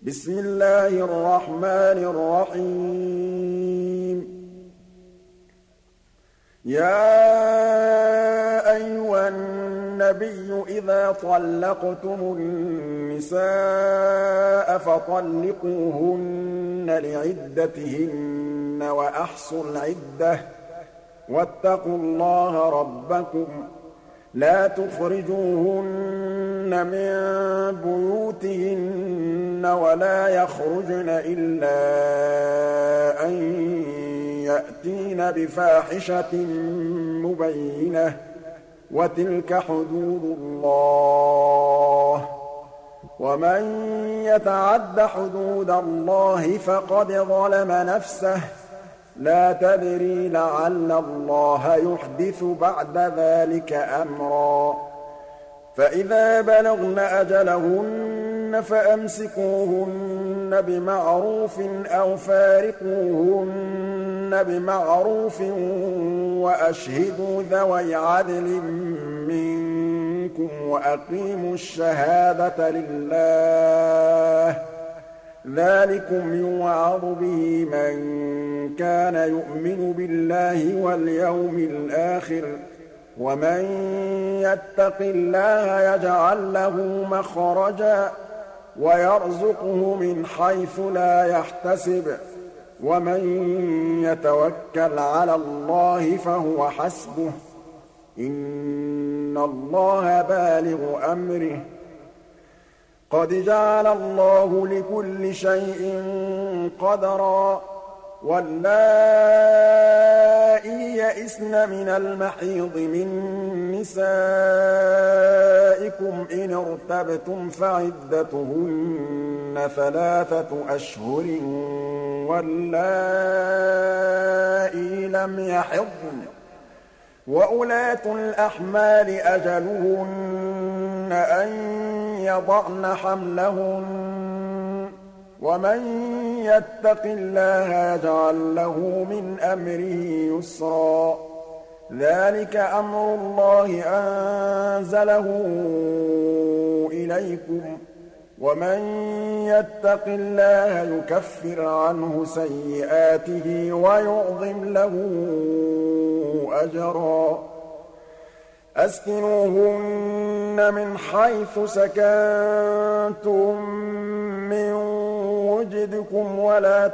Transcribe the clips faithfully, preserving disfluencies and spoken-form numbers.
بسم الله الرحمن الرحيم يا أيها النبي إذا طلقتم النساء فطلقوهن لعدتهن وأحصوا العدة واتقوا الله ربكم لا تخرجوهن من بيوتهن ولا يخرجن إلا أن يأتين بفاحشة مبينة وتلك حدود الله ومن يتعد حدود الله فقد ظلم نفسه لا تدري لعل الله يحدث بعد ذلك أمرا فإذا بلغن أجلهن فأمسكوهن بمعروف أو فارقوهن بمعروف وأشهدوا ذوي عدل منكم وأقيموا الشهادة لله ذلكم يوعظ به من كان يؤمن بالله واليوم الآخر ومن يتق الله يجعل له مخرجا ويرزقه من حيث لا يحتسب ومن يتوكل على الله فهو حسبه إن الله بالغ أمره قد جعل الله لكل شيء قدرا واللائي يئسن من المحيض من نسائكم إن ارتبتم فعدتهن ثلاثة أشهر واللائي لم يحضن وأولاة الأحمال أجلهن أن يضعن حملهن ومن يتق الله يجعل له من أمره يسرا ذلك أمر الله أنزله إليكم ومن يتق الله يكفر عنه سيئاته ويعظم له أجرا أسكنوهن من حيث سكنتم من وجدكم ولا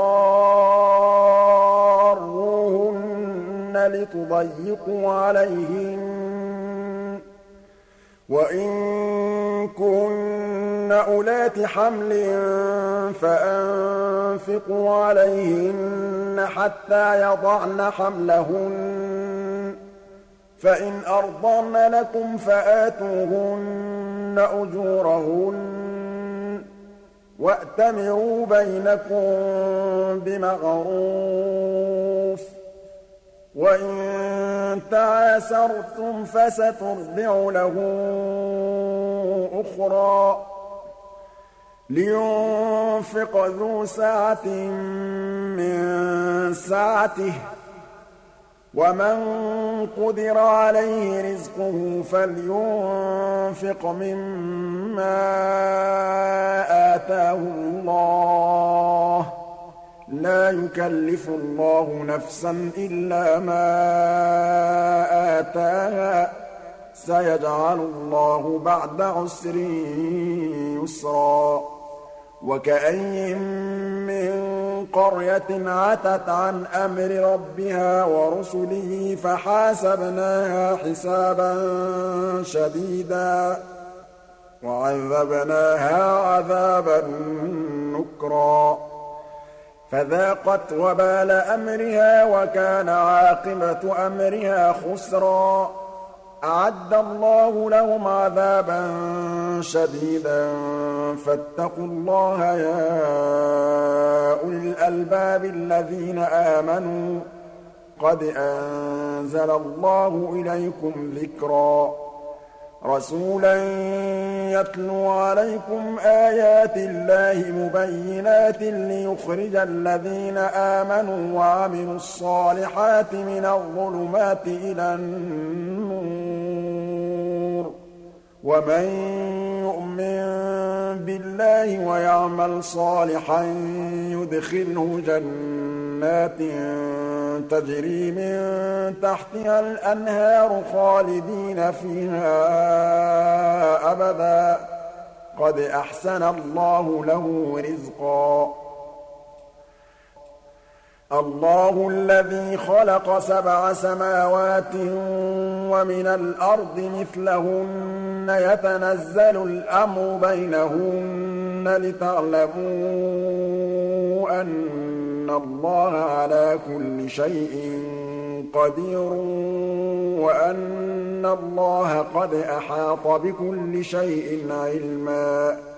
تضاروهن لتضيقوا عليهن وإن كن أولات حمل فأنفقوا عليهن حتى يضعن حملهن فإن أرضن لكم فآتوهن أجورهن وأتمروا بينكم بمعروف وإن تعاسرتم فسترضع له أخرى لينفق ذو سعة من سعته ومن قدر عليه رزقه فلينفق مما آتاه الله لا يكلف الله نفسا إلا ما آتاها سيجعل الله بعد عسر يسرا وكأين من قرية عتت عن أمر ربها ورسله فحاسبناها حسابا شديدا وعذبناها عذابا نكرا فذاقت وبال أمرها وكان عاقبة أمرها خسرا أعد الله لهم عذابا شديدا فاتقوا الله يا أولي الألباب الذين آمنوا قد أنزل الله إليكم ذكرا رسولا يتلو عليكم آيات الله مبينات ليخرج الذين آمنوا وعملوا الصالحات من الظلمات إلى النور ومن يؤمن يؤمن بالله ويعمل صالحا يدخله جنات تجري من تحتها الأنهار خالدين فيها أبدا قد أحسن الله له رزقا الله الذي خلق سبع سماوات ومن الأرض مثلهن يتنزل الأمر بينهن لتعلموا أن الله على كل شيء قدير وأن الله قد أحاط بكل شيء علما